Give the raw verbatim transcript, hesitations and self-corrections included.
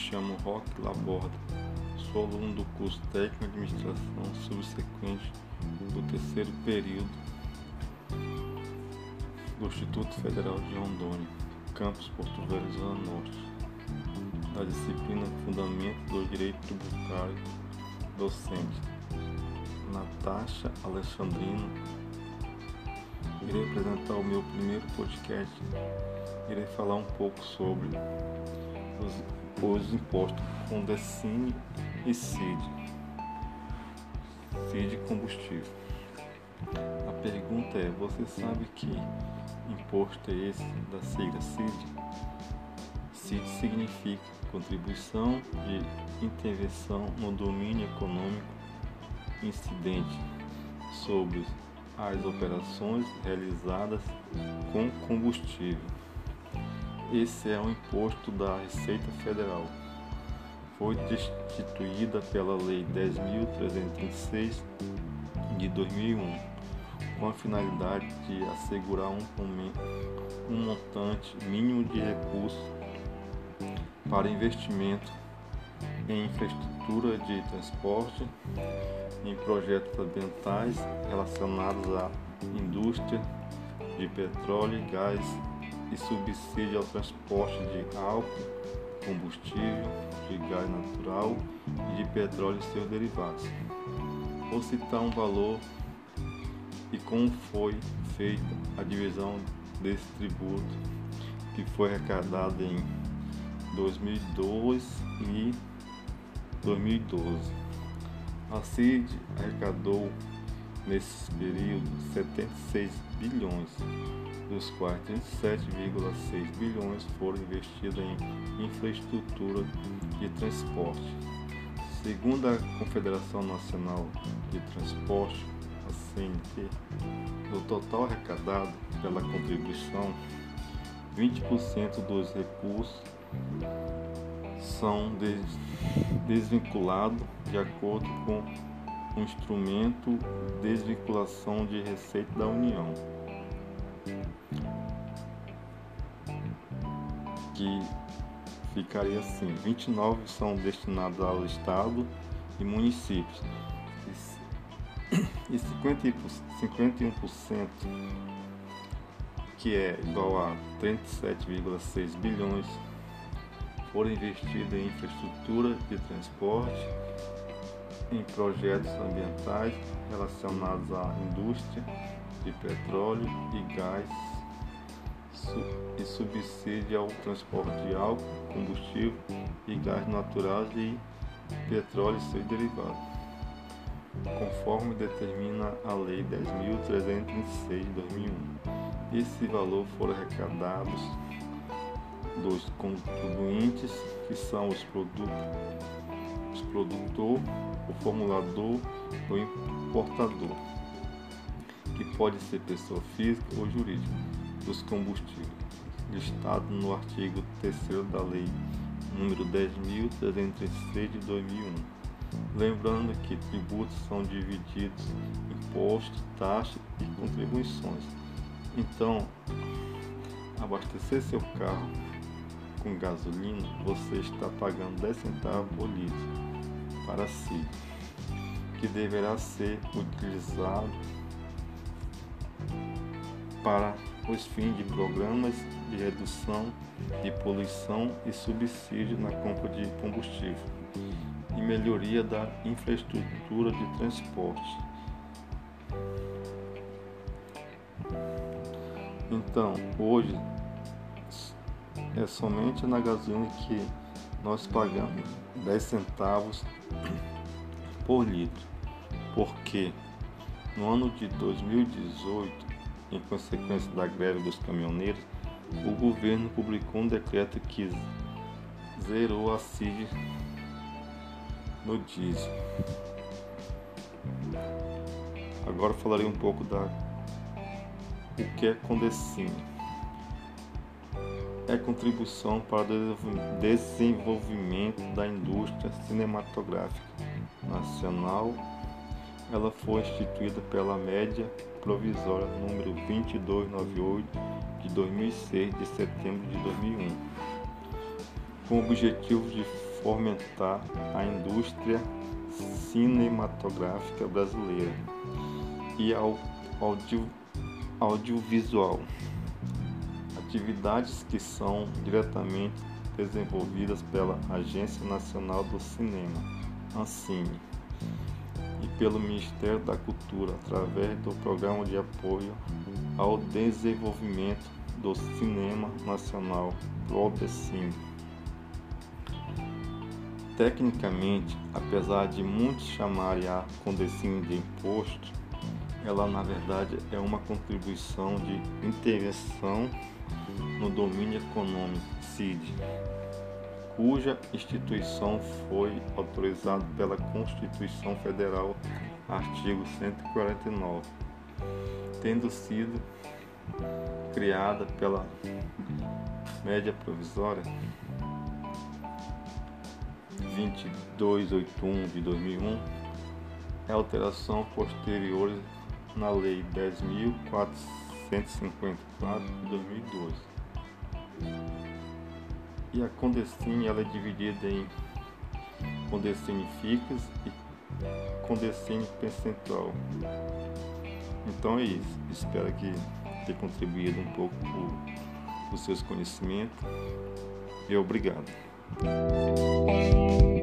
chamo Roque Laborda, sou aluno do curso Técnico em Administração subsequente do terceiro período do Instituto Federal de Rondônia, campus Porto Velho, Zona Norte, da disciplina Fundamento do Direito Tributário, docente Natasha Alexandrino. Irei apresentar o meu primeiro podcast. Irei falar um pouco sobre os, os impostos Fundecine e C I D, C I D combustível. A pergunta é: você sabe que imposto é esse da sigla C I D? C I D significa Contribuição de Intervenção no Domínio Econômico Incidente sobre as operações realizadas com combustível. Esse é um imposto da Receita Federal. Foi destituída pela Lei dez mil trezentos e trinta e seis de dois mil e um, com a finalidade de assegurar um, um montante mínimo de recursos para investimento em infraestrutura de transporte, em projetos ambientais relacionados à indústria de petróleo e gás e subsídio ao transporte de álcool, combustível, de gás natural e de petróleo e seus derivados. Vou citar um valor e como foi feita a divisão desse tributo, que foi arrecadado em dois mil e dois e dois mil e doze. A C I D arrecadou nesse período setenta e seis bilhões, dos quais trinta e sete vírgula seis bilhões foram investidos em infraestrutura de transporte. Segundo a Confederação Nacional de Transporte, a C N T, do total arrecadado pela contribuição, vinte por cento dos recursos são desvinculados de acordo com o instrumento de desvinculação de receita da União, que ficaria assim: vinte e nove são destinados ao Estado e municípios, e cinquenta e um por cento, que é igual a trinta e sete vírgula seis bilhões, foram investidos em infraestrutura de transporte, em projetos ambientais relacionados à indústria de petróleo e gás e subsídio ao transporte de álcool, combustível e gás natural e petróleo e seus derivados, conforme determina a Lei dez mil trezentos e trinta e seis de dois mil e um. Esse valor foram arrecadados dos contribuintes, que são os, produtos, os produtor, o formulador ou importador, que pode ser pessoa física ou jurídica, dos combustíveis, listado no artigo terceiro da Lei número dez mil trezentos e trinta e seis de dois mil e um. Lembrando que tributos são divididos em impostos, taxas e contribuições. Então, abastecer seu carro com gasolina, você está pagando dez centavos por litro para si, que deverá ser utilizado para os fins de programas de redução de poluição e subsídio na compra de combustível e melhoria da infraestrutura de transporte. Então, hoje é somente na gasolina que nós pagamos dez centavos por litro, porque no ano de dois mil e dezoito, em consequência da greve dos caminhoneiros, o governo publicou um decreto que zerou a C I D no diesel. Agora falarei um pouco da o que é Fundecine. É contribuição para o desenvolvimento da indústria cinematográfica nacional. Ela foi instituída pela Média Provisória número vinte e dois noventa e oito de dois mil e seis, de setembro de dois mil e um, com o objetivo de fomentar a indústria cinematográfica brasileira e ao audio, audiovisual, atividades que são diretamente desenvolvidas pela Agência Nacional do Cinema, Ancine, e pelo Ministério da Cultura, através do Programa de Apoio ao Desenvolvimento do Cinema Nacional, PRODECIN. Tecnicamente, apesar de muitos chamarem a Condecine de imposto, ela na verdade é uma contribuição de intervenção no domínio econômico, C I D, cuja instituição foi autorizada pela Constituição Federal, artigo cento e quarenta e nove, tendo sido criada pela Medida Provisória vinte e dois oitenta e um de dois mil e um, é alteração posterior na Lei dez mil quatrocentos e cinquenta e quatro de dois mil e doze. E a Condecine ela é dividida em Condecine Ficas e Condecine Percentual. Então é isso. Espero que tenha contribuído um pouco com os seus conhecimentos. E obrigado.